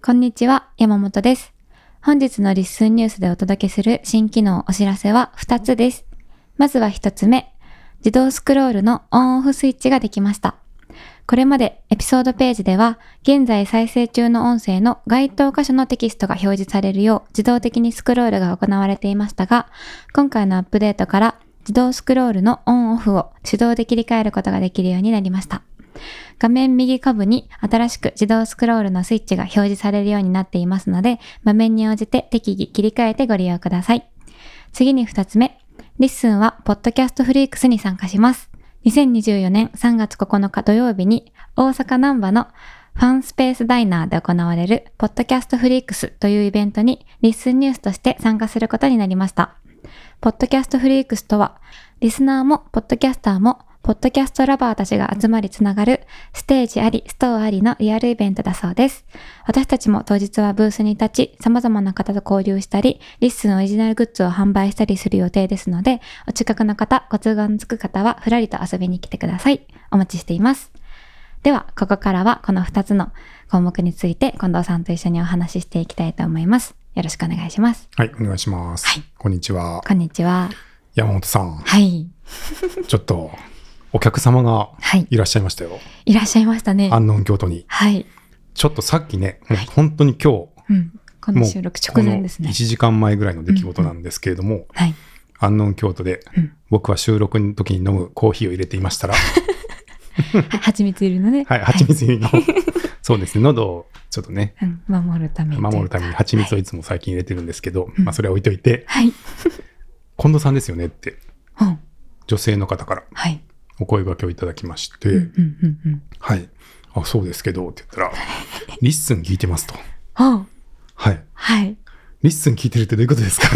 こんにちは、山本です。本日のリッスンニュースでお届けする新機能お知らせは2つです。まずは1つ目、自動スクロールのオンオフスイッチができました。これまでエピソードページでは、現在再生中の音声の該当箇所のテキストが表示されるよう自動的にスクロールが行われていましたが、今回のアップデートから自動スクロールのオンオフを手動で切り替えることができるようになりました。画面右下部に新しく自動スクロールのスイッチが表示されるようになっていますので、場面に応じて適宜切り替えてご利用ください。次に2つ目、リッスンはポッドキャストフリークスに参加します。2024年3月9日土曜日に大阪難波のファンスペースダイナーで行われるポッドキャストフリークスというイベントにリッスンニュースとして参加することになりました。ポッドキャストフリークスとは、リスナーもポッドキャスターもポッドキャストラバーたちが集まりつながるステージありストアありのリアルイベントだそうです。私たちも当日はブースに立ち、様々な方と交流したり、リッスンオリジナルグッズを販売したりする予定ですので、お近くの方、ご都合のつく方はふらりと遊びに来てください。お待ちしています。では、ここからはこの2つの項目について近藤さんと一緒にお話ししていきたいと思います。よろしくお願いします。 はい、お願いします。 はい、 こんにちは。 こんにちは。 山本さん。 はい。 ちょっとお客様がいらっしゃいましたよ。 いらっしゃいましたね。 安納京都に。 はい。 ちょっとさっきね、もう本当に今日、 この収録直前ですね。 1時間前ぐらいの出来事なんですけれども、 はい。 安納京都で、僕は収録の時に飲むコーヒーを入れていましたら、 蜂蜜入りのね。 はい、蜂蜜入りの、そうですね、喉をちょっとね、 守るために蜂蜜をいつも最近入れてるんですけど、まあそれは置いといて、 はい。 近藤さんですよねって、女性の方からお声掛けをいただきまして、はい、あ、そうですけどって言ったら、リッスン聞いてますと。はい。 はい。 リッスン聞いてるってどういうことですか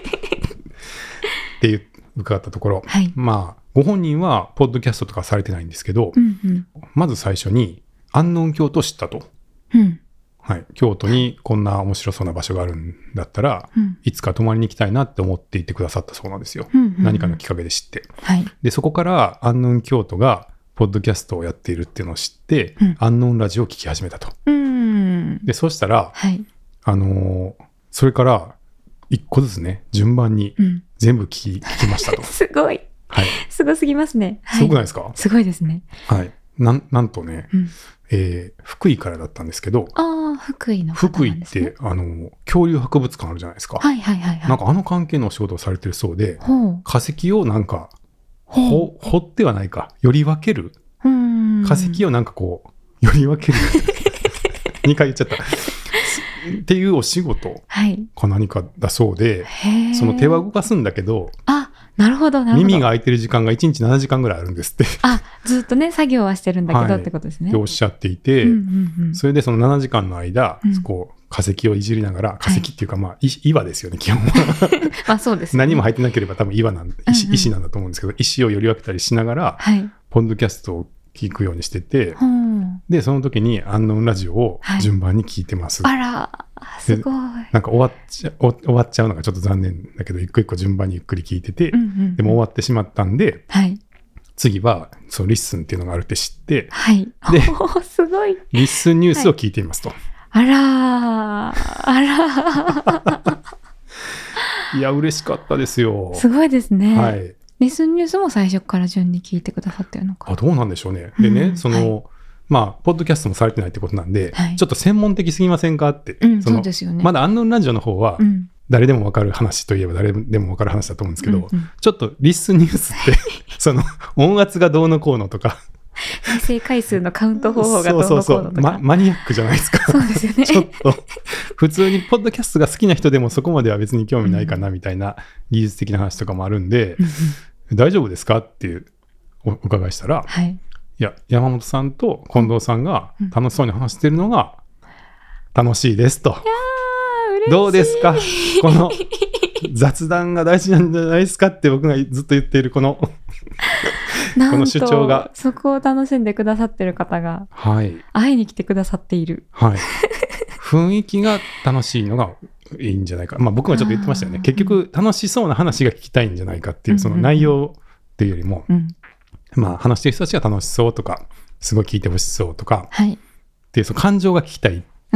って伺ったところ、まあ、ご本人はポッドキャストとかされてないんですけど、まず最初に安納京都を知ったと。はい、京都にこんな面白そうな場所があるんだったら、いつか泊まりに行きたいなって思っていてくださったそうなんですよ。何かのきっかけで知って。で、そこから安納京都がポッドキャストをやっているっていうのを知って、安納ラジオを聞き始めたと。で、そうしたら、それから一個ずつね、順番に全部聞きましたと。 すごい。はい。すごすぎますね。 すごくないですか？ すごいですね。 はい。なんとね、福井からだったんですけど、 福井の方なんですね。 福井って恐竜博物館あるじゃないですか。なんか関係のお仕事をされてるそうで、化石をなんか掘ってはないか、より分ける、化石をなんかこうより分ける2回言っちゃったっていうお仕事か何かだそうで、その手は動かすんだけど、 なるほど耳が開いてる時間が1日7時間ぐらいあるんですって。 ずっとね作業はしてるんだけどってことですね。 っておっしゃっていて、それでその7時間の間、こう化石をいじりながら、化石っていうかまあ岩ですよね基本は。 そうですね。 何も入ってなければ多分岩なん石なんだと思うんですけど、石をより分けたりしながら、ポッドキャストを聞くようにしてて、でその時に安納ラジオを順番に聞いてます。 あらすごい。 なんか終わっちゃうのがちょっと残念だけど、一個一個順番にゆっくり聞いてて、でも終わってしまったんで、次はそのリッスンっていうのがあるって知って、ですごいリッスンニュースを聞いていますと。いや嬉しかったですよ。 すごいですね。リスンニュースも最初から順に聞いてくださってるのか。 どうなんでしょうね。でね、まあポッドキャストもされてないってことなんで、ちょっと専門的すぎませんかって、 そうですよね。 まだ安納ラジオの方は、誰でも分かる話といえば誰でも分かる話だと思うんですけど、ちょっとリッスンニュースってその音圧がどうのこうのとか再生回数のカウント方法がどうのこうのとか、 マニアックじゃないですか。 そうですよね。 ちょっと普通にポッドキャストが好きな人でもそこまでは別に興味ないかなみたいな技術的な話とかもあるんで、大丈夫ですかっていうお伺いしたら、いや山本さんと近藤さんが楽しそうに話してるのが楽しいですと。どうですかこの雑談が大事なんじゃないですかって僕がずっと言っているこの主張が、 そこを楽しんでくださってる方が会いに来てくださっている、 雰囲気が楽しいのがいいんじゃないか。まあ僕がちょっと言ってましたよね。結局楽しそうな話が聞きたいんじゃないかっていう、その内容っていうよりも、まあ話してる人たちが楽しそうとかすごい聞いてほしそうとか、っていうその感情が聞きたいっっていう、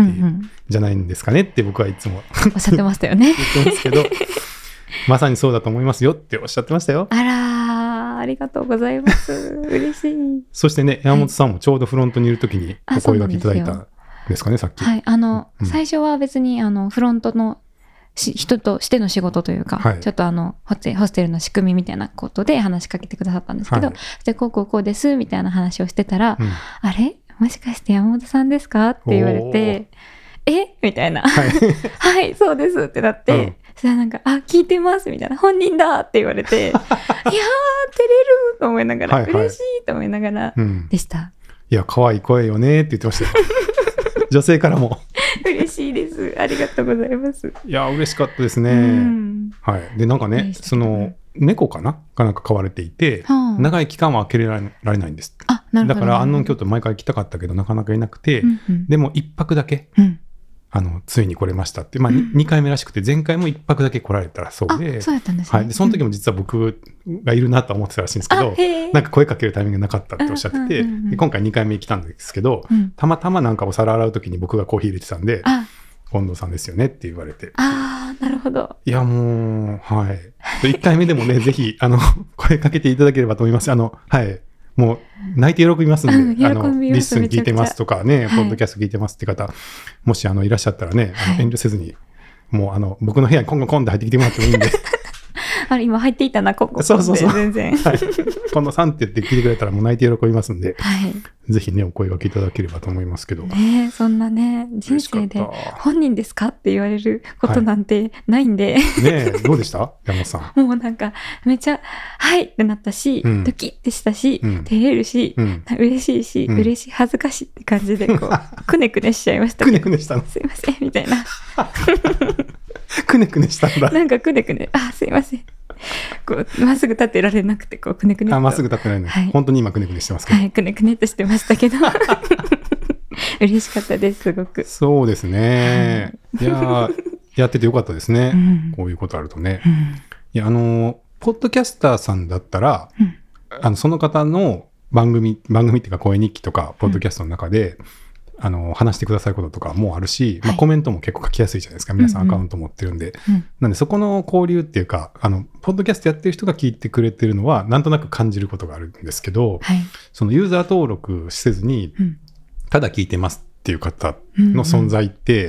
じゃないんですかねって僕はいつもおっしゃってましたよね。 言ってますけど、まさにそうだと思いますよっておっしゃってましたよ。 あら、ありがとうございます。嬉しい。 そしてね、山本さんもちょうどフロントにいるときにお声掛けいただいたんですかね、さっき。 はい、最初は別にフロントの人としての仕事というか、はい、ちょっとホステルの仕組みみたいなことで話しかけてくださったんですけど、はい、でこうですみたいな話をしてたら、あれもしかして山本さんですかって言われて、みたいな、はい、はい、そうですってなって、そしたらなんか、聞いてますみたいな、本人だって言われて、いやー、照れると思いながら、はいはい、嬉しいと思いながらでした。 いや、可愛い声よねって言ってましたよ。女性からも。 嬉しいです。ありがとうございます。 いや、嬉しかったですね。はい。で、なんかね、猫かなんか飼われていて、長い期間は開けられないんです。だから安納京都毎回行きたかったけどなかなかいなくて、でも1泊だけ、ついに来れましたって、2回目らしくて、前回も1泊だけ来られたらそうで、 そうやったんですね。 はい。で、その時も実は僕がいるなと思ってたらしいんですけど、なんか声かけるタイミングがなかったっておっしゃってて、で今回2回目来たんですけど、たまたまなんかお皿洗う時に僕がコーヒー入れてたんで、近藤さんですよねって言われて。 なるほど。 いや、もう、はい。1回目でもね、ぜひ、声かけていただければと思います。はい。もう泣いて喜びますんで、リッスン聞いてますとかね、ポッドキャスト聞いてますって方、もしいらっしゃったらね、遠慮せずに、もう僕の部屋にコンで入ってきてもらってもいいんで。 今入っていたな、ここ。 そう全然。 はい。近藤さんって言って聞いてくれたらもう泣いて喜びますんで、ぜひね、お声掛けいただければと思いますけど。 ね、そんなね、人生で本人ですかって言われることなんてないんで。 ねどうでした山本さん。もうなんか、めっちゃ、はいってなったし、ドキッてしたし、照れるし、嬉しいし、嬉しい、恥ずかしいって感じで、こう、くねくねしちゃいました。 くねくねしたの？ すいません、みたいな。 くねくねしたんだ。 なんかくねくね、すいません。こうまっすぐ立ってられなくて、こうくねくねと。 まっすぐ立ってられない。本当に今くねくねしてますけど。 はい、くねくねとしてましたけど。嬉しかったです、すごく。 そうですね。いや、やっててよかったですね。こういうことあるとね。いや、ポッドキャスターさんだったら、その方の番組っていうか、声日記とか、ポッドキャストの中で、話してくださることとかもあるし、コメントも結構書きやすいじゃないですか。皆さんアカウント持ってるんで。なんでそこの交流っていうか、ポッドキャストやってる人が聞いてくれてるのは、なんとなく感じることがあるんですけど、そのユーザー登録せずに、ただ聞いてますっていう方の存在って、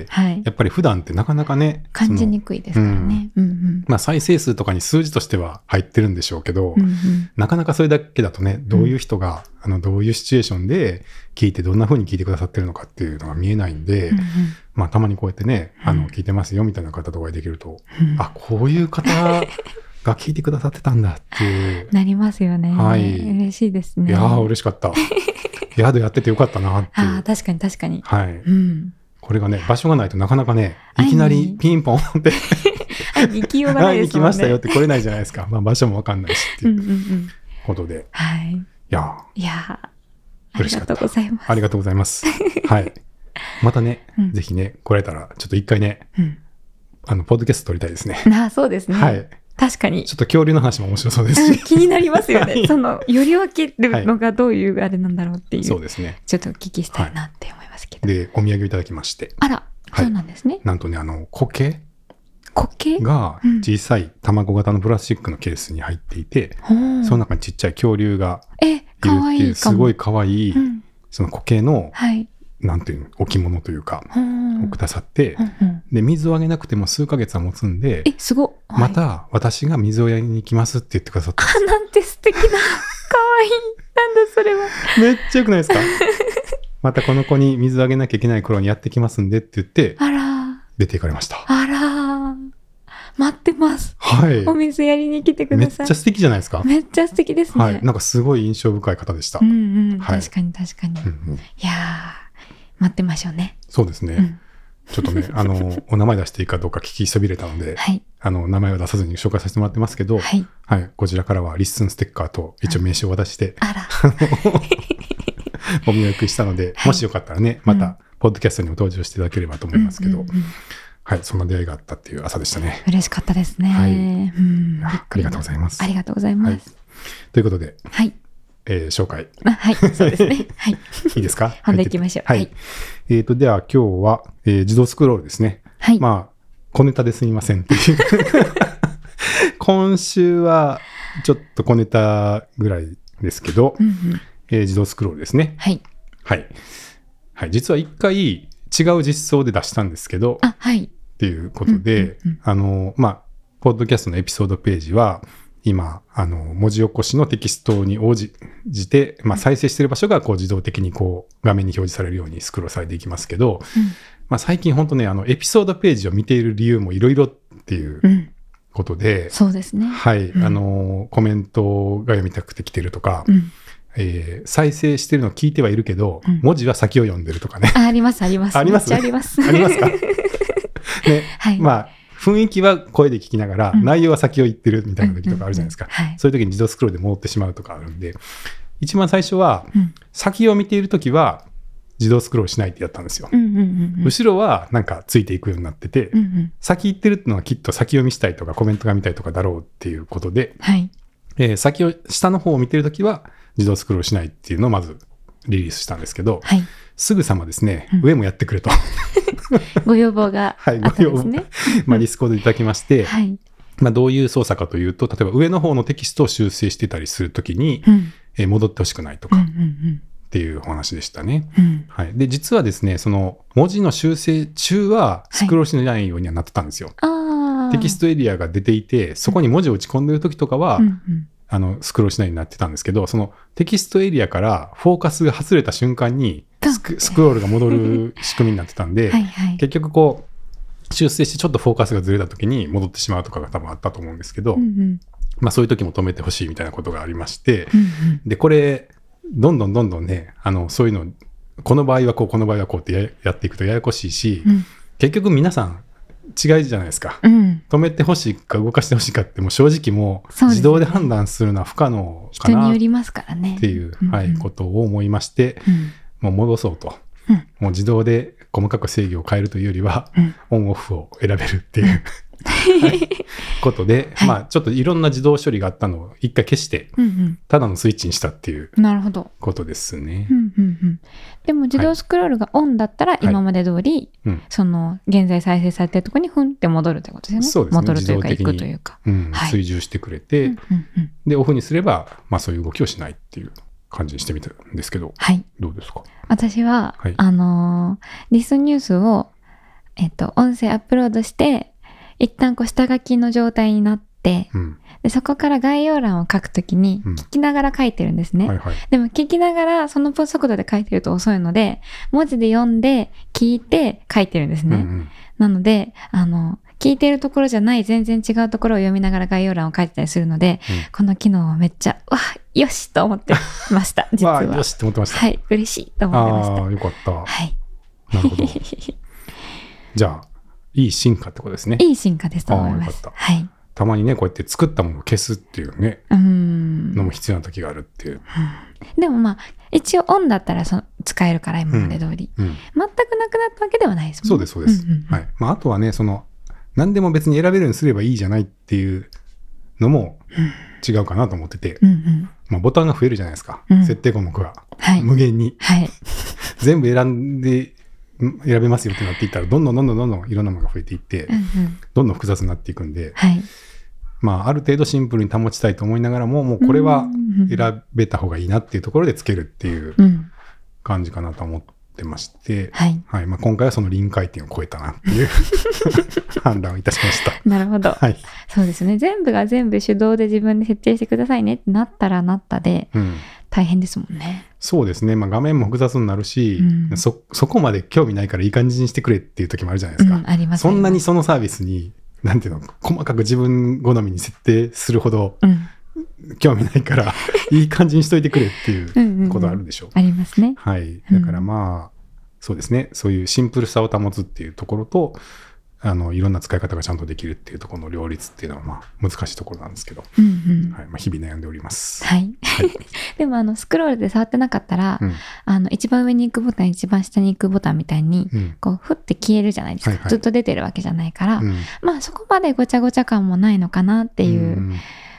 やっぱり普段ってなかなかね、 感じにくいですからね。 再生数とかに数字としては入ってるんでしょうけど、なかなかそれだけだとね、どういう人が、どういうシチュエーションで聞いてどんな風に聞いてくださってるのかっていうのが見えないんで、たまにこうやってね、聞いてますよみたいな方とかできると、こういう方が聞いてくださってたんだっていう。 なりますよね。 はい。 嬉しいですね。 いやー、嬉しかった。宿やっててよかったなっていう。 確かに確かに。 はい。これがね、場所がないとなかなかね、いきなりピンポンって。 行きようがないですもんね。 行きましたよって来れないじゃないですか。場所もわかんないしっていうことで。 はい。 いやありがとうございます。 ありがとうございます。はい。またね、ぜひね、来られたら、ちょっと一回ね、ポッドキャスト撮りたいですね。 そうですね。はい。確かに。 ちょっと恐竜の話も面白そうですし。 気になりますよね。より分けるのがどういうあれなんだろうっていう。 そうですね。 ちょっとお聞きしたいなって思いますけど。 で、お土産いただきまして。 あら、そうなんですね。 なんとね、苔が小さい卵型のプラスチックのケースに入っていて、その中にちっちゃい恐竜がいるっていう、すごいかわいい、その苔の、なんていうの、置物というか、をくださって、で、水をあげなくても数ヶ月は持つんで、 すごい。 また私が水をやりに行きますって言ってくださった。 なんて素敵な、かわいい。なんだそれは。 めっちゃよくないですか？またこの子に水をあげなきゃいけない頃にやってきますんでって言って、出ていかれました。 待ってます。 はい。 お水やりに来てください。 めっちゃ素敵じゃないですか？ めっちゃ素敵ですね。 はい。なんかすごい印象深い方でした。 確かに確かに。いやー、待ってましょうね。 そうですね。ちょっとね、お名前出していいかどうか聞きそびれたので、名前を出さずに紹介させてもらってますけど、はい。こちらからはリッスンステッカーと一応名刺を渡して、お見送りしたので、もしよかったらね、また、ポッドキャストにも登場していただければと思いますけど、はい、そんな出会いがあったっていう朝でしたね。 嬉しかったですね。 はい。ありがとうございます。 ありがとうございます。 ということで、 はい。 紹介。 はい、そうですね。はい。 いいですか？ 本題行きましょう。 はい。では今日は、自動スクロールですね。 はい。 まあ、小ネタですみませんっていう。今週はちょっと小ネタぐらいですけど、自動スクロールですね。 はい。 はい。はい。実は一回違う実装で出したんですけど、 はい。 っていうことで、まあ、ポッドキャストのエピソードページは、今、文字起こしのテキストに応じて、まあ、再生している場所がこう自動的にこう画面に表示されるようにスクロールされていきますけど、まあ、最近本当ね、エピソードページを見ている理由もいろいろっていうことで、 そうですね。 はい、コメントが読みたくて来てるとか、再生してるの聞いてはいるけど、文字は先を読んでるとかね。 あります、あります。 あります。 あります。 ありますか？ね、 はい。 まあ、雰囲気は声で聞きながら、内容は先を言ってるみたいな時とかあるじゃないですか。そういう時に自動スクロールで戻ってしまうとかあるんで、一番最初は、先を見ている時は自動スクロールしないってやったんですよ。後ろはなんかついていくようになってて、先行ってるっていうのはきっと先読みしたいとかコメントが見たいとかだろうっていうことで、先を下の方を見てる時は自動スクロールしないっていうのをまずリリースしたんですけど、すぐさまですね、上もやってくれと。 ご要望があったんですね。 まあ、ディスコードいただきまして、まあ、どういう操作かというと、例えば上の方のテキストを修正してたりするときに、戻ってほしくないとかっていうお話でしたね。はい、で実はですね、その文字の修正中はスクロールしないようにはなってたんですよ。テキストエリアが出ていて、そこに文字を打ち込んでるときとかは、スクロールしないようになってたんですけど、そのテキストエリアからフォーカスが外れた瞬間にスクロールが戻る仕組みになってたんで、結局こう修正してちょっとフォーカスがずれた時に戻ってしまうとかが多分あったと思うんですけど、まあ、そういう時も止めてほしいみたいなことがありまして、でこれどんどんね、そういうのこの場合はこうこの場合はこうってやっていくとややこしいし、結局皆さん違いじゃないですか、止めてほしいか動かしてほしいかってもう正直もう自動で判断するのは不可能かなっていう、ことを思いまして、もう戻そうと、もう自動で細かく制御を変えるというよりは、オンオフを選べるっていうことで、まあちょっといろんな自動処理があったのを一回消して、ただのスイッチにしたっていうことですね。 でも自動スクロールがオンだったら今まで通り、その現在再生されてるところにふんって戻るってことですよね。 そうですね。 戻るというか行くというか、 追従してくれて、でオフにすれば、まあ、そういう動きをしないっていう感じにしてみたんですけど、どうですか？ 私は、リスンニュースを、音声アップロードして一旦こう下書きの状態になって、でそこから概要欄を書くときに聞きながら書いてるんですね。でも聞きながらその速度で書いてると遅いので、文字で読んで聞いて書いてるんですね。なので聞いてるところじゃない全然違うところを読みながら概要欄を書いてたりするので、この機能をめっちゃよしと思ってました実は。 よしって思ってました。 はい、嬉しいと思ってました。 よかった。 はい。 なるほど。じゃあいい進化ってことですね。 いい進化ですと思います。はい。 たまにねこうやって作ったものを消すっていうねのも必要な時があるっていう。 でもまあ一応オンだったら使えるから今まで通り、全くなくなったわけではないですもんね。 そうですそうです。はい。まああとはね何でも別に選べるようにすればいいじゃないっていうのも違うかなと思ってて、まあ、ボタンが増えるじゃないですか、設定項目が、無限に、全部選べますよってなっていったらどんどんいろんなものが増えていって、どんどん複雑になっていくんで、まあ、ある程度シンプルに保ちたいと思いながらも、もうこれは選べた方がいいなっていうところでつけるっていう感じかなと思ってまして、まあ、今回はその臨界点を超えたなっていう判断をいたしました。 なるほど、そうですね。全部が全部手動で自分で設定してくださいねってなったらなったで、大変ですもんね。 そうですね、まあ、画面も複雑になるし、そこまで興味ないからいい感じにしてくれっていう時もあるじゃないですか、 あります。 そんなにそのサービスになんていうの細かく自分好みに設定するほど、興味ないからいい感じにしといてくれっていうことあるでしょう。 ありますね。 だからまあそうですね、そういうシンプルさを保つっていうところといろんな使い方がちゃんとできるっていうところの両立っていうのはまあ難しいところなんですけど、日々悩んでおります。 でもスクロールで触ってなかったら、一番上に行くボタン一番下に行くボタンみたいに、こうふって消えるじゃないですか、ずっと出てるわけじゃないから、まあそこまでごちゃごちゃ感もないのかなっていう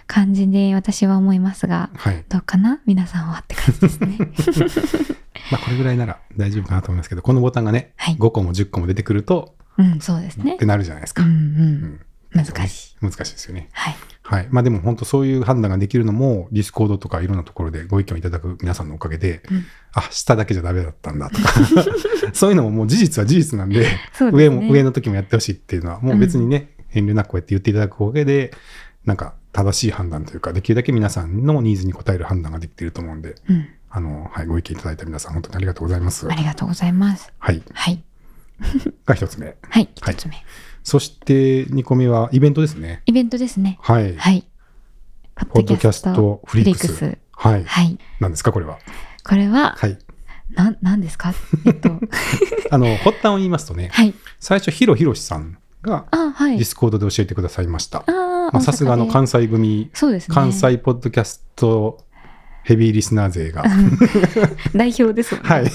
感じで私は思いますが、 はい、 どうかな皆さんはって感じですね。 まあこれぐらいなら大丈夫かなと思いますけど、このボタンがね、はい、5個も10個も出てくると、 そうですね。 ってなるじゃないですか。 難しい。 難しいですよね。 はい。 はい。まあでも本当そういう判断ができるのも、ディスコードとかいろんなところでご意見をいただく皆さんのおかげで、下だけじゃダメだったんだとか、そういうのももう事実は事実なんで、上の時もやってほしいっていうのは、もう別にね、遠慮なくこうやって言っていただくおかげで、なんか正しい判断というか、できるだけ皆さんのニーズに応える判断ができていると思うんで、はい、ご意見いただいた皆さん、本当にありがとうございます。 ありがとうございます。 はい。 はい。 が一つ目。 はい、一つ目。 そして2個目はイベントですね。 イベントですね。 はい。 はい。 ポッドキャストフリークス。はい。はい。何ですか、これは。 これは、 はい。 何ですか発端を言いますとね、はい、最初、ヒロヒロシさんが、ディスコードで教えてくださいました。さすが関西組、 そうですね、 関西ポッドキャストヘビーリスナー勢が代表ですもんね。 はい。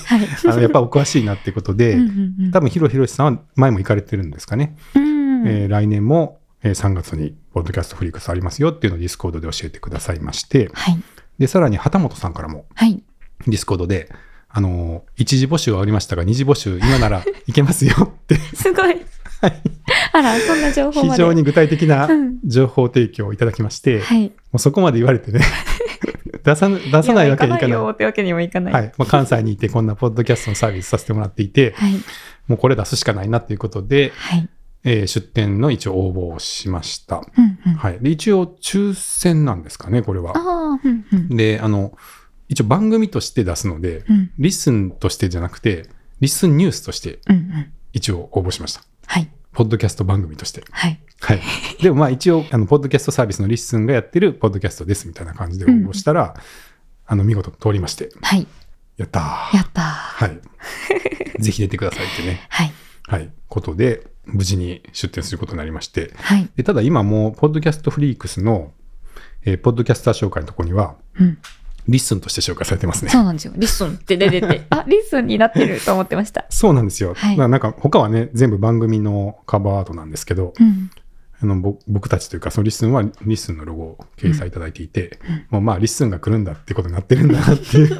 やっぱお詳しいなっていうことで、多分ヒロヒロシさんは前も行かれてるんですかね。来年も3月にポッドキャストフリークスありますよっていうのをディスコードで教えてくださいまして、はい、でさらに旗本さんからも、はい、ディスコードで一次募集はありましたが二次募集今ならいけますよってすごい、はい、あらそんな情報まで非常に具体的な情報提供をいただきまして、もうそこまで言われてね出さないわけにいかないよってわけにもいかない、 はい、関西にいてこんなポッドキャストのサービスさせてもらっていて、はい、もうこれ出すしかないなということで、はい、出展の一応応募をしました、はい、で一応抽選なんですかねこれは。で一応番組として出すので、リッスンとしてじゃなくてリッスンニュースとして一応応募しました、はい、ポッドキャスト番組として、はいはい、でも一応ポッドキャストサービスのリッスンがやってるポッドキャストですみたいな感じで応募したら、見事通りまして、はい、やったー、はい、ぜひ出てくださいってね、はいはい、ことで無事に出展することになりまして、はい、でただ今もポッドキャストフリークスの、ポッドキャスター紹介のところには、リッスンとして紹介されてますね。 そうなんですよ。リッスンって出てて、あ、リッスンになってると思ってました。 そうなんですよ。はい、なんか他はね、全部番組のカバーアートなんですけど、僕たちというか、そのリッスンはリッスンのロゴを掲載いただいていて、もうリッスンが来るんだってことになってるんだなっていう。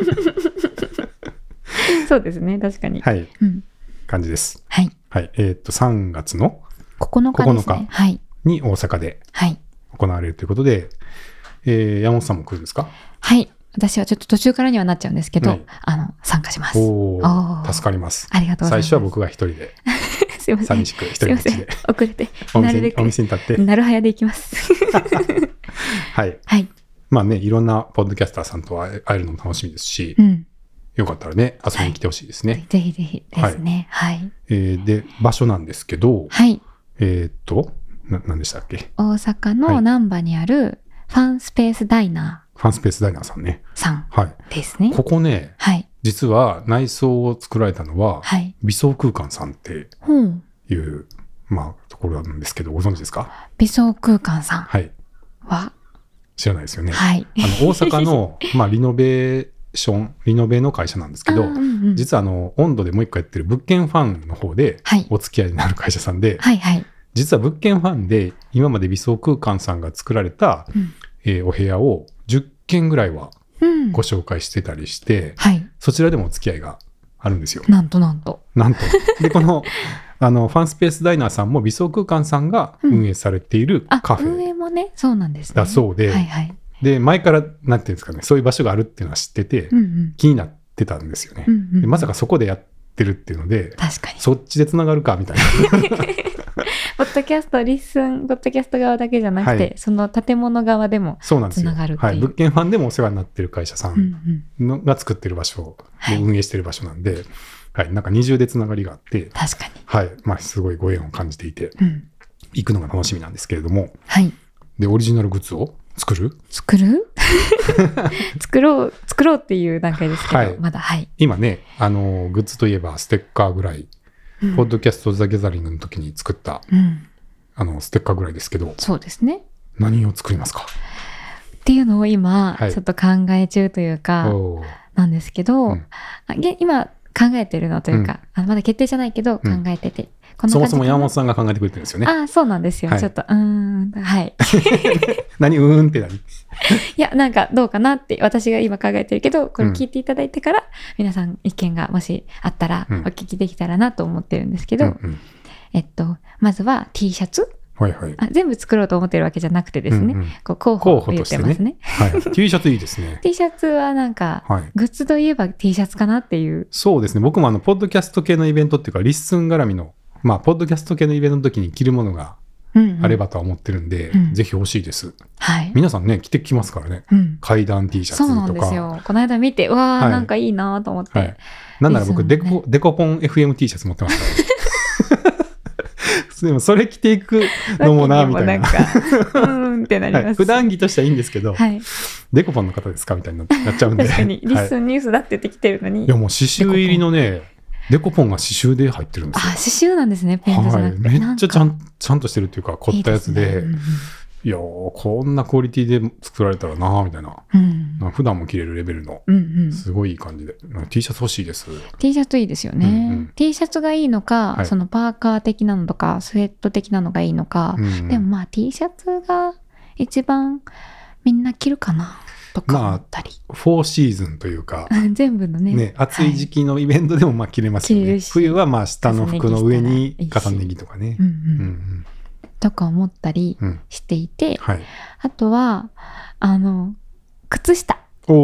そうですね、確かに。 はい。感じです。 はい。 はい。3月の 9日ですね。はい。 に大阪で行われるということで、山本さんも来るんですか？はい。 私はちょっと途中からにはなっちゃうんですけど、参加します。 助かります。 ありがとうございます。 最初は僕が一人で。すいません。寂しく一人ぼっちで。 遅れて。 お店に立って。 なるはやで行きます。 はい。はい。まあね、いろんなポッドキャスターさんと会えるのも楽しみですし、よかったらね、遊びに来てほしいですね。 ぜひぜひですね。はい。 で、場所なんですけど、はい。何でしたっけ？ 大阪の難波にあるファンスペースダイナー。 ファンスペースダイナーさんね。 はい。ですね。 ここね、はい、実は内装を作られたのは、はい、微装空間さんっていう、ところなんですけど、ご存知ですか？ 微装空間さん。 はい。 は知らないですよね。 はい。 大阪の、リノベの会社なんですけど、実は温度でもう一個やってる物件ファンの方で、お付き合いになる会社さんで、はいはい。実は物件ファンで今まで微装空間さんが作られた、お部屋を10件ぐらいはご紹介してたりして、そちらでもお付き合いがあるんですよ。 なんと。 でこのファンスペースダイナーさんも微装空間さんが運営されているカフェ、 運営もね、そうなんですね。 だそうで、で前からなんていうんですかね、そういう場所があるっていうのは知ってて、気になってたんですよね。でまさかそこでやってるっていうので、 確かにそっちでつながるかみたいな。 ポッドキャストリッスンポッドキャスト側だけじゃなくて、その建物側でもつながるっていう。 物件ファンでもお世話になってる会社さんが作ってる場所で運営してる場所なんで、なんか二重でつながりがあって、 確かに、すごいご縁を感じていて、行くのが楽しみなんですけれども、でオリジナルグッズを作ろうっていう段階ですけど、まだ今ねグッズといえばステッカーぐらい。ポッドキャストザ・ギャザリングの時に作った、ステッカーぐらいですけど、 そうですね。 何を作りますかっていうのを今、ちょっと考え中というかなんですけど、今考えてるのというか、まだ決定じゃないけど考えてて、 そもそも山本さんが考えてくれてるんですよね。 そうなんですよ、はい、ちょっとはい何って何いやなんかどうかなって私が今考えてるけど、これ聞いていただいてから、皆さん意見がもしあったらお聞きできたらなと思ってるんですけど、まずは T シャツ、 はいはい、 全部作ろうと思ってるわけじゃなくてですね、こう候補を言ってますね。 はい、T シャツいいですね。 T シャツはなんか、グッズといえば T シャツかなっていう。 そうですね。僕もポッドキャスト系のイベントっていうか、リッスン絡みの、ポッドキャスト系のイベントの時に着るものがあればとは思ってるんで、ぜひ欲しいです。はい。皆さんね、着てきますからね。階段 T シャツとか。 そうなんですよ。この間見て、なんかいいなと思って。はい。 なんなら僕、デコポン FM T シャツ持ってますからね。でもそれ着ていくのもなみたいな。 ってなります。 普段着としてはいいんですけど、デコポンの方ですかみたいになっちゃうんで。 確かにリッスンニュースだって言ってきてるのに。 いやもう刺繍入りのね、デコポンが刺繍で入ってるんですよ。 刺繍なんですね、ペンじゃなくて。 めっちゃちゃんとしてるっていうか凝ったやつで。いやこんなクオリティで作られたらなみたいな、普段も着れるレベルの、すごいいい感じで T シャツ欲しいです。 T シャツいいですよね、T シャツがいいのか、そのパーカー的なのとかスウェット的なのがいいのか、でもT シャツが一番みんな着るかなとか思ったり、 4シーズンというか全部のね暑い時期のイベントでも着れますよね。冬は下の服の上に重ね着とかね、 とか思ったりしていて、あとは靴下。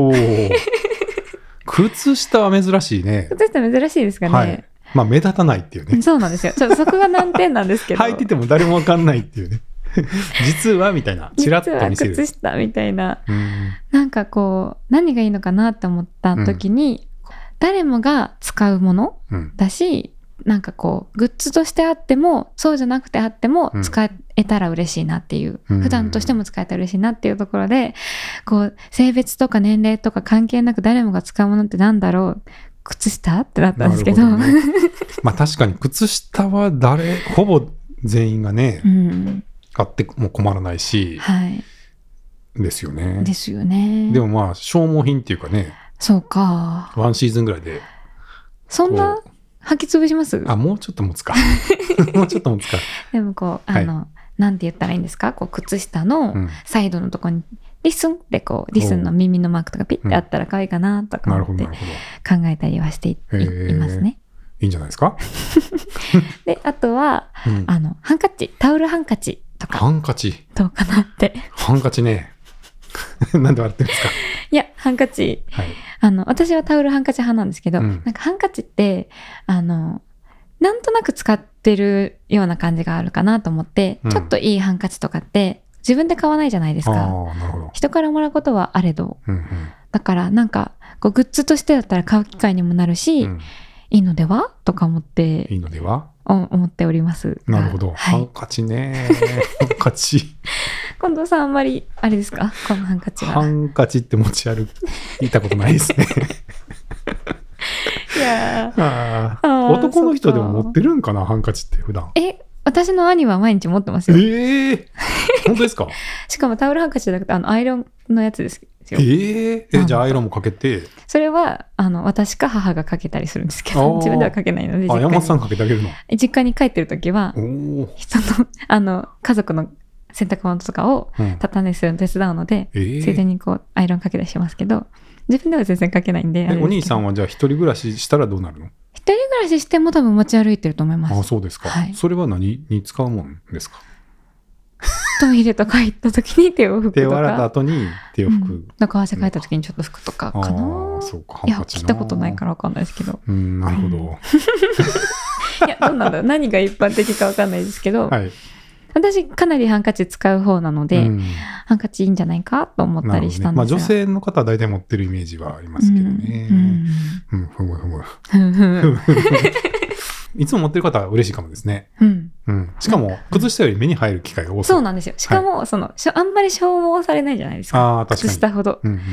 靴下は珍しいね。 靴下珍しいですかね。 目立たないっていうね。 そうなんですよ。そこが難点なんですけど。 履いてても誰もわかんないっていうね。実はみたいな、チラッと見せる。 実は靴下みたいな。なんかこう何がいいのかなって思った時に、誰もが使うものだし。なんかこうグッズとしてあってもそうじゃなくてあっても使えたら嬉しいなっていう、普段としても使えたら嬉しいなっていうところで、こう性別とか年齢とか関係なく誰もが使うものってなんだろう、靴下ってなったんですけど、 確かに靴下はほぼ全員がね、買っても困らないし、ですよね。 ですよね。 でも消耗品っていうかね、 そうか、 ワンシーズンぐらいでそんな履き潰します？ もうちょっと持つかもうちょっと持つか。 でもこうなんて言ったらいいんですか、こう靴下のサイドのところにリスンってこうリスンの耳のマークとかピッてあったら可愛いかなとか思って考えたりはしていますね。 いいんじゃないですか。 であとは、ハンカチ、タオルハンカチとか。 ハンカチどうかなって。 ハンカチね。なんで笑ってるんですか。 いやハンカチ、私はタオルハンカチ派なんですけど、なんかハンカチってなんとなく使ってるような感じがあるかなと思って、ちょっといいハンカチとかって自分で買わないじゃないですか。人からもらうことはあれど、だからなんかこうグッズとしてだったら買う機会にもなるし、いいのではとか思っていいのでは思っております。 なるほど、ハンカチね。ハンカチ近藤さんあんまりあれですか、このハンカチは。 ハンカチって持ち歩いたことないですね。 いや男の人でも持ってるんかな、ハンカチって普段。 私の兄は毎日持ってますよ。 本当ですか。 しかもタオルハンカチじゃなくてアイロンのやつですよ。 じゃあアイロンもかけて。それは私か母がかけたりするんですけど、自分ではかけないので。 山本さんかけてあげるの。 実家に帰ってる時は人の家族の洗濯物とかを畳んだりするの手伝うので、ついでにこうアイロンかけたりしますけど、自分では全然かけないんで。 お兄さんはじゃあ一人暮らししたらどうなるの？ 一人暮らししても多分持ち歩いてると思います。 そうですか。それは何に使うもんですか？ トイレとか行った時に手を拭くとか。 手を洗った後に手を拭く。 なんか汗かいた時にちょっと拭くとかかな。 そうか。 いや聞いたことないから分かんないですけど。 なるほど。 いやどうなんだろう、何が一般的か分かんないですけど。私かなりハンカチ使う方なので、ハンカチいいんじゃないかと思ったりしたんですが、 女性の方は大体持ってるイメージはありますけどね。ふむふむ。いつも持ってる方は嬉しいかもですね。しかも靴下より目に入る機会が多そう。 そうなんですよ。しかもあんまり消耗されないじゃないですか。靴下ほど。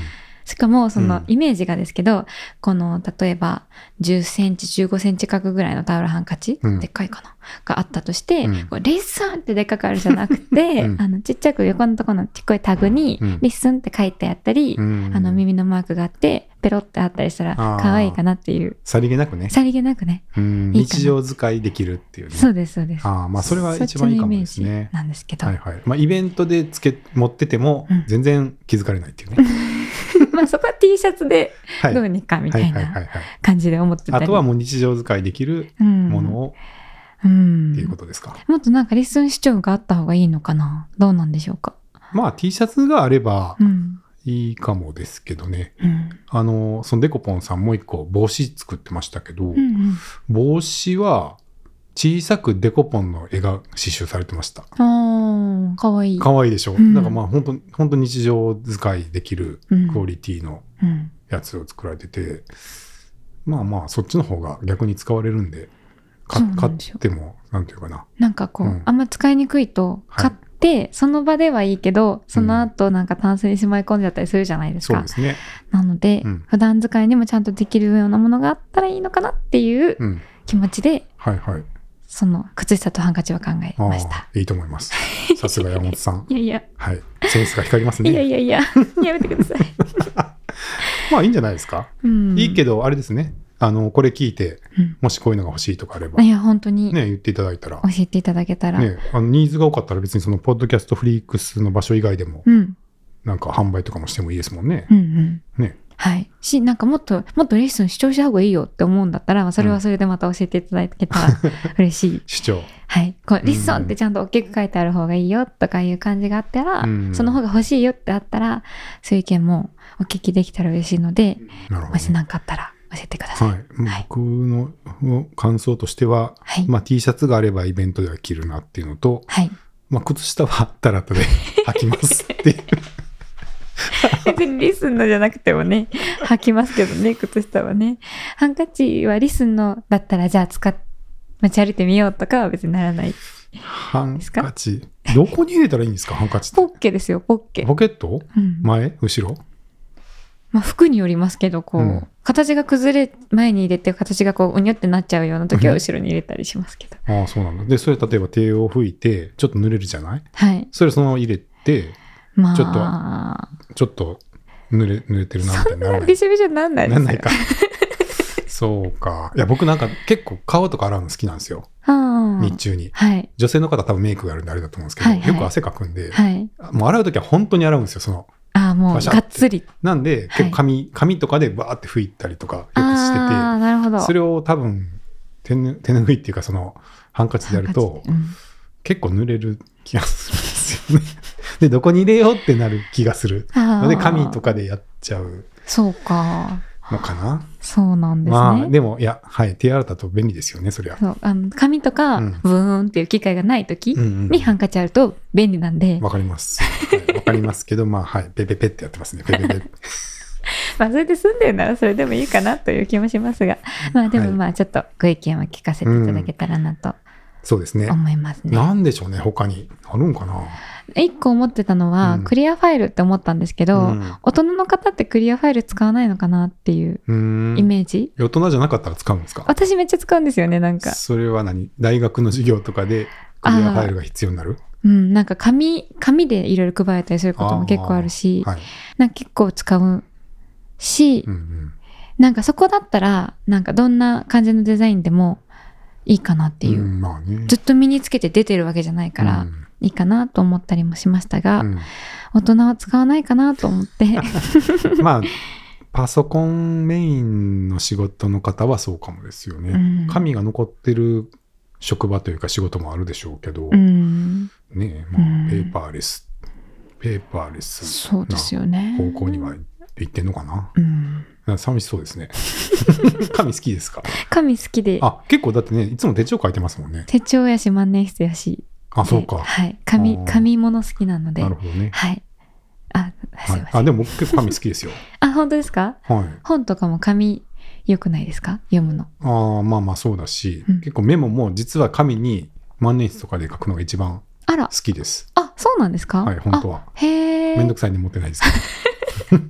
しかもそのイメージがですけど、この例えば10センチ15センチ角ぐらいのタオルハンカチ、でっかいかながあったとして、こうリッスンってでっかくあるじゃなくて、ちっちゃく横のところのちっこいタグにリッスンって書いてあったり、耳のマークがあってペロってあったりしたら可愛いかなっていう。 さりげなくね。 さりげなくね。 日常使いできるっていうね。 そうですそうです。 それは一番いいかもですね。 なんですけど。 はいはい。イベントで持ってても全然気づかれないっていうね。 そこは T シャツでどうにかみたいな感じで思ってたり。 あとはもう日常使いできるものをっていうことですか。 もっとなんかリッスン主張があった方がいいのかな。どうなんでしょうか。 T シャツがあればいいかもですけどね。そのデコポンさんもう一個帽子作ってましたけど、帽子は小さくデコポンの絵が刺繍されてました。 かわいい。 かわいいでしょ。だから本当日常使いできるクオリティのやつを作られてて、そっちの方が逆に使われるんで、買ってもなんていうかな。 なんかこう、あんま使いにくいと買ってその場ではいいけど、その後なんかタンスにしまい込んじゃったりするじゃないですか。 そうですね。 なので、普段使いにもちゃんとできるようなものがあったらいいのかなっていう気持ちで、その靴下とハンカチは考えました。 いいと思います。さすが山本さん。 いやいや。 はい。センスが光りますね。 いややめてください。 いいんじゃないですか。いいけどあれですね。これ聞いて、もしこういうのが欲しいとかあれば、 いや本当にね、言っていただいたら、 教えていただけたら、 ね、ニーズが多かったら別にそのポッドキャストフリークスの場所以外でも、なんか販売とかもしてもいいですもんね。ね。 はい。なんかもっとレッスン主張した方がいいよって思うんだったら、それはそれでまた教えていただけたら嬉しい。 主張。 はい。こうリッスンってちゃんと大きく書いてある方がいいよとかいう感じがあったら、その方が欲しいよってあったら、そういう意見もお聞きできたら嬉しいので、もし何かあったら教えてください。 僕の感想としては、T シャツがあればイベントでは着るなっていうのと、靴下はあったら後で履きますっていう。 別にリスンのじゃなくてもね履きますけどね、靴下はね。ハンカチはリスンのだったらじゃあ街歩いてみようとかは別にならないですか。 ハンカチどこに入れたらいいんですか。ハンカチってポッケですよ。ポッケット、 前後ろ、 服によりますけど、こう、形が崩れ前に入れて形がこううにょってなっちゃうような時は後ろに入れたりしますけど。 そうなんだ。でそれ例えば手を拭いてちょっと濡れるじゃない。それそのまま入れてちょっと濡れてるなみたいな。 そんなびしょびしょになんないですよ。 なんないか。そうか。いや僕なんか結構顔とか洗うの好きなんですよ。日中に。女性の方多分メイクがあるんであれだと思うんですけど、よく汗かくんで、もう洗う時は本当に洗うんですよ。 もうがっつり。 なんで結構紙とかでバーって拭いたりとかよくしてて、 なるほど。 それを多分手拭いっていうかそのハンカチでやると、結構濡れる気がするんですよね。でどこに入れようってなる気がするので紙とかでやっちゃうのかな。 そうなんですね。 でも手洗ったと便利ですよね。そりゃ紙とかブーンっていう機会がない時にハンカチあると便利なんで。 わかります。わかりますけどペペペってやってますね。ペペペ。 それで済んでるならそれでもいいかなという気もしますが、でもちょっとご意見は聞かせていただけたらなとそうですね。 思いますね。 なんでしょうね。他にあるんかな。 一個思ってたのは、クリアファイルって思ったんですけど、大人の方ってクリアファイル使わないのかなっていうイメージ。 大人じゃなかったら使うんですか。 私めっちゃ使うんですよね。なんかそれは大学の授業とかでクリアファイルが必要になる。 なんか紙でいろいろ配れたりすることも結構あるし、なんか結構使うし、なんかそこだったらなんかどんな感じのデザインでもいいかなっていう、ずっと身につけて出てるわけじゃないから、いいかなと思ったりもしましたが、大人は使わないかなと思ってパソコンメインの仕事の方はそうかもですよね。紙が残ってる職場というか仕事もあるでしょうけど、ペーパーレスそうですよね。 方向には行ってんのかな。寂しそうですね。紙好きですか。 紙好きで。 結構だってね、いつも手帳書いてますもんね。 手帳やし万年筆やし。 そうか。 紙物好きなので。 なるほどね。 すいません。 でも僕結構紙好きですよ。 本当ですか。本とかも紙良くないですか、読むの。 そうだし、結構メモも実は紙に万年筆とかで書くのが一番好きです。 そうなんですか。 本当は。めんどくさいんで持ってないですけど。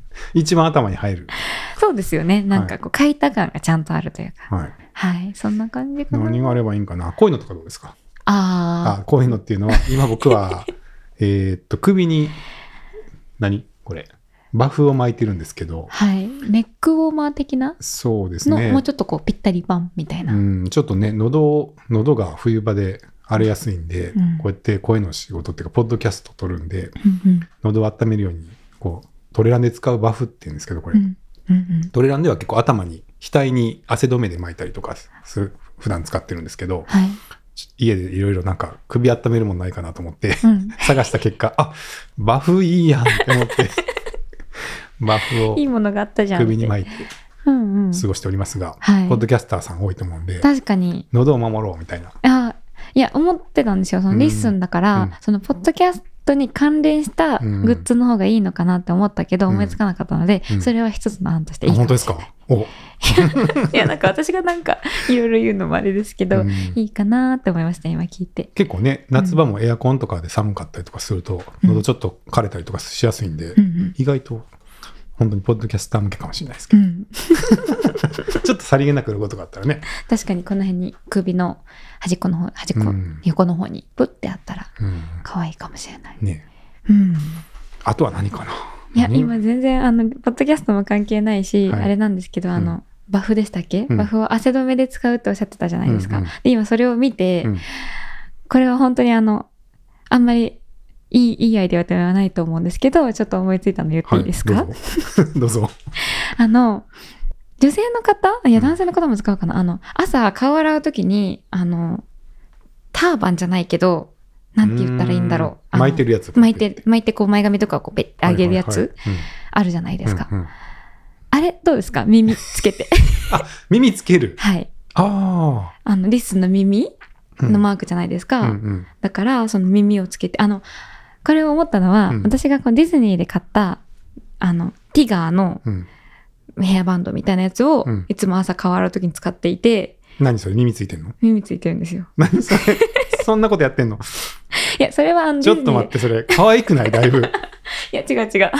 一番頭に入る。 そうですよね。なんかこう書いた感がちゃんとあるというか。 はい。 はい。そんな感じかな。 何があればいいんかな。こういうのとかどうですか？ あ、 こういうのっていうのは、今僕は、首に、これ。バフを巻いてるんですけど。 はい。ネックウォーマー的な？ そうですね。 もうちょっとこうぴったりパンみたいな。 ちょっとね、喉が冬場で荒れやすいんで、こうやって声の仕事っていうか、ポッドキャスト撮るんで、喉を温めるように、こう、トレランで使うバフっていうんですけど、これ。トレランでは結構頭に、額に汗止めで巻いたりとか普段使ってるんですけど、 はい、 家でいろいろなんか首温めるもんないかなと思って、探した結果、バフいいやんって思って、バフをいいものがあったじゃん首に巻いて過ごしておりますが、ポッドキャスターさん多いと思うんで、 確かに喉を守ろうみたいな。 いや思ってたんですよ。そのリッスンだから、そのポッドキャストに関連したグッズの方がいいのかなって思ったけど、思いつかなかったので、それは一つの案としていいかもしれない。 本当ですか？ いやなんか私がなんかいろいろ言うのもあれですけど、いいかなって思いました今聞いて。 結構ね、夏場もエアコンとかで寒かったりとかすると、喉ちょっと枯れたりとかしやすいんで、意外と本当にポッドキャスター向けかもしれないですけど、ちょっとさりげなくることがあったらね。 確かにこの辺に首の端っこの方、横の方にプッてあったら可愛いかもしれない。ね。 あとは何かな。 いや今全然ポッドキャストも関係ないし、あれなんですけどバフでしたっけ？バフを汗止めで使うっておっしゃってたじゃないですか。で今それを見て、これは本当にあんまりいいアイデアではないと思うんですけど、ちょっと思いついたの言っていいですか？ どうぞ。 女性の方、いや男性の方も使うかな。朝顔洗うときにターバンじゃないけど、なんて言ったらいいんだろう。 巻いてるやつ。 巻いてこう前髪とかをこうペッて上げるやつあるじゃないですか。あれどうですか？耳つけて。 耳つける。 はい。リスの耳のマークじゃないですか。だからその耳をつけてこれを思ったのは、私がこうディズニーで買ったティガーのヘアバンドみたいなやつをいつも朝顔洗うときに使っていて。 何それ？耳ついてんの？ 耳ついてるんですよ。 何それ？そんなことやってんの？ いやそれはちょっと待って、それ可愛くない？だいぶ。 いや違う。違う。 デ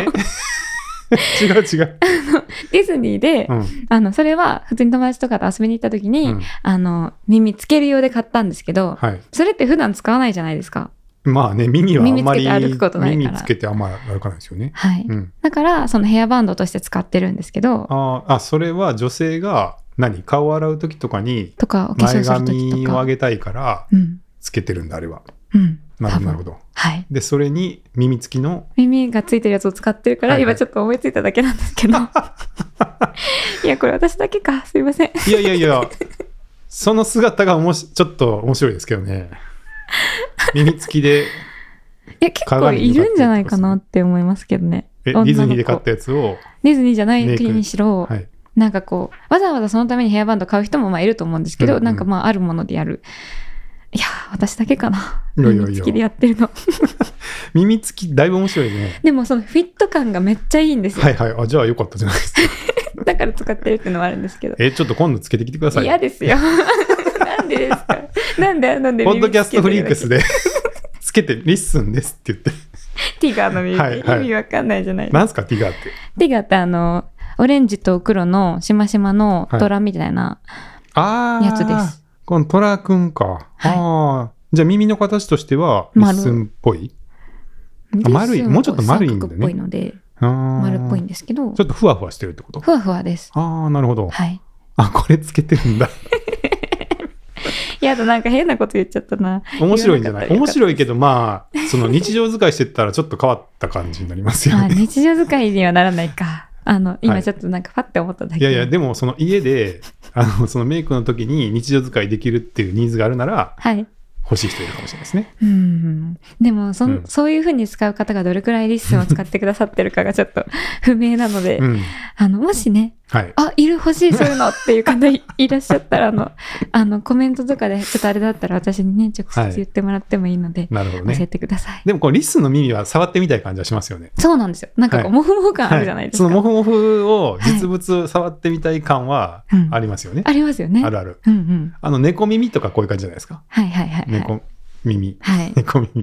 ィズニーで、それは普通に友達とかと遊びに行った時に、耳つける用で買ったんですけど、それって普段使わないじゃないですか。 まあね、耳はあんまり耳つけてあんま歩かないですよね。 はい。だからそのヘアバンドとして使ってるんですけど、 それは女性が顔を洗う時とかに前髪を上げたいからつけてるんだ、あれは。なるほど。 はい。 でそれに耳付きの耳がついてるやつを使ってるから、今ちょっと思いついただけなんですけど。いやこれ私だけか、すいません。 いやその姿がちょっと面白いですけどね。耳付きで。 いや結構いるんじゃないかなって思いますけどね。 ディズニーで買ったやつを。 ディズニーじゃない国にしろ、なんかこうわざわざそのためにヘアバンド買う人もいると思うんですけど、なんかあるものでやる。いや私だけかな。耳付きでやってるの。 耳付きだいぶ面白いね。 でもそのフィット感がめっちゃいいんですよ。 じゃあよかったじゃないですか。 だから使ってるっていうのもあるんですけど。 ちょっと今度つけてきてください。 嫌ですよ。なんでですか？なんでポッドキャストフリークスでつけてリッスンですって言って。 ティガーの耳、意味わかんないじゃないですか。 なんすかティガーって？ ティガーってオレンジと黒のしましまの虎みたいなやつです。 このトラくんか。じゃあ耳の形としてはリッスンっぽい？丸い、もうちょっと丸いんだね。 三角っぽいので丸っぽいんですけど、 ちょっとふわふわしてるってこと？ ふわふわです。 なるほど。 はい。 これつけてるんだ。 いやなんか変なこと言っちゃったな。 面白いんじゃない？面白いけどその日常使いしてたらちょっと変わった感じになりますよね。 日常使いにはならないか。今ちょっとなんかパッて思っただけ。 いやでもその家でそのメイクの時に日常使いできるっていうニーズがあるなら、欲しい人いるかもしれないですね。 でもそういう風に使う方がどれくらいリッスンを使ってくださってるかがちょっと不明なので、もしね、欲しいそういうのっていう方いらっしゃったらコメントとかでちょっとあれだったら私にね直接言ってもらってもいいので、教えてください。 でもリッスンの耳は触ってみたい感じはしますよね。 そうなんですよ。なんかモフモフ感あるじゃないですか。 そのモフモフを実物触ってみたい感はありますよね。 ありますよね。 あるある。猫耳とかこういう感じじゃないですか。猫耳。猫耳。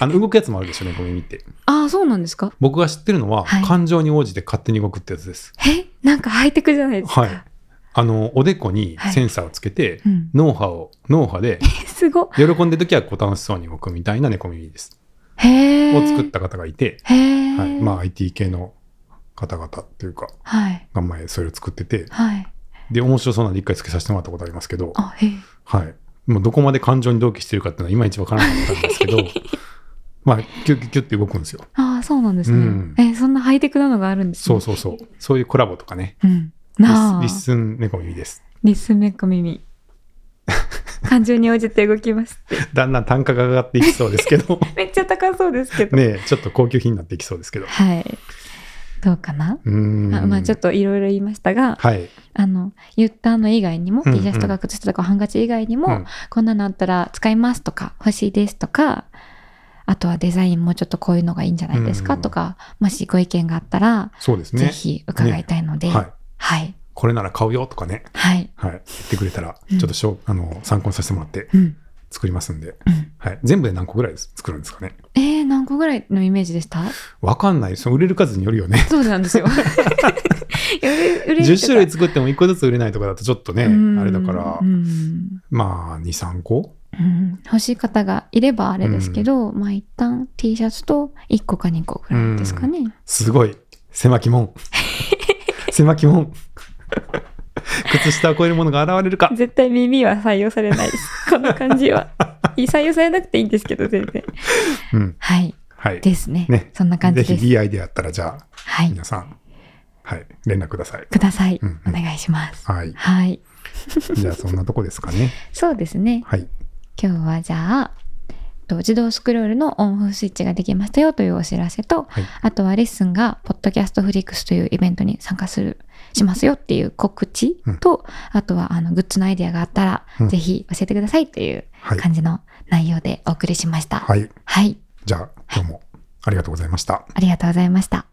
動くやつもあるでしょ、猫耳って。 ああ、そうなんですか？ 僕が知ってるのは、はい、感情に応じて勝手に動くってやつです。 なんかハイテクじゃないですか。 はい。おでこにセンサーをつけて、はい、脳波ですご喜んでるときはこう楽しそうに動くみたいな猫耳です。を作った方がいて、はい、まあ IT 系の方々っていうか、はい、が前それを作ってて、はい、で面白そうなんで一回つけさせてもらったことありますけど、はい、もうどこまで感情に同期してるかっていうのはいまいちわからなかったんですけどまあキュッキュッキュッって動くんですよ。 ああ、そうなんですね、そんなハイテクなのがあるんですね。 そういうコラボとかね、リッスン猫耳です。 リッスン猫耳感情に応じて動きますってだんだん単価が上がっていきそうですけどめっちゃ高そうですけどね、ちょっと高級品になっていきそうですけど、 はい、どうかな。まあちょっといろいろ言いましたが、はい、言ったの以外にも、T シャツとか靴下とかハンカチ以外にも、こんなのあったら使いますとか欲しいですとか、あとはデザインもちょっとこういうのがいいんじゃないですかとか、もしご意見があったら、そうですね、ぜひ伺いたいので、はい、はい、 これなら買うよとかね、はいはい、言ってくれたらちょっと参考にさせてもらって作りますんで、はい、全部で何個ぐらい作るんですかね。 何個ぐらいのイメージでした？ わかんない。売れる数によるよね。 そうなんですよ 10種類作っても1個ずつ売れないとかだとちょっとねあれだから、まあ 2,3 個、 欲しい方がいればあれですけど、まあ一旦 T シャツと1個か2個ぐらいですかね。 すごい狭き門狭き門靴下を超えるものが現れるか。 絶対耳は採用されないですこの感じは採用されなくていいんですけど全然、はい、はい、ですね。そんな感じです。 ぜひいいアイデアあったらじゃあ、はい、皆さん、はい、連絡ください。 お願いします。 はい、 はい、 じゃあそんなとこですかね。 そうですね、はい、今日はじゃあ自動スクロールのオンオフスイッチができましたよというお知らせと、はい、あとはレッスンがポッドキャストフリックスというイベントに参加しますよっていう告知と、あとはグッズのアイデアがあったら、ぜひ教えてくださいという感じの内容でお送りしました。 はい、はい、じゃあ今日もありがとうございました。 ありがとうございました。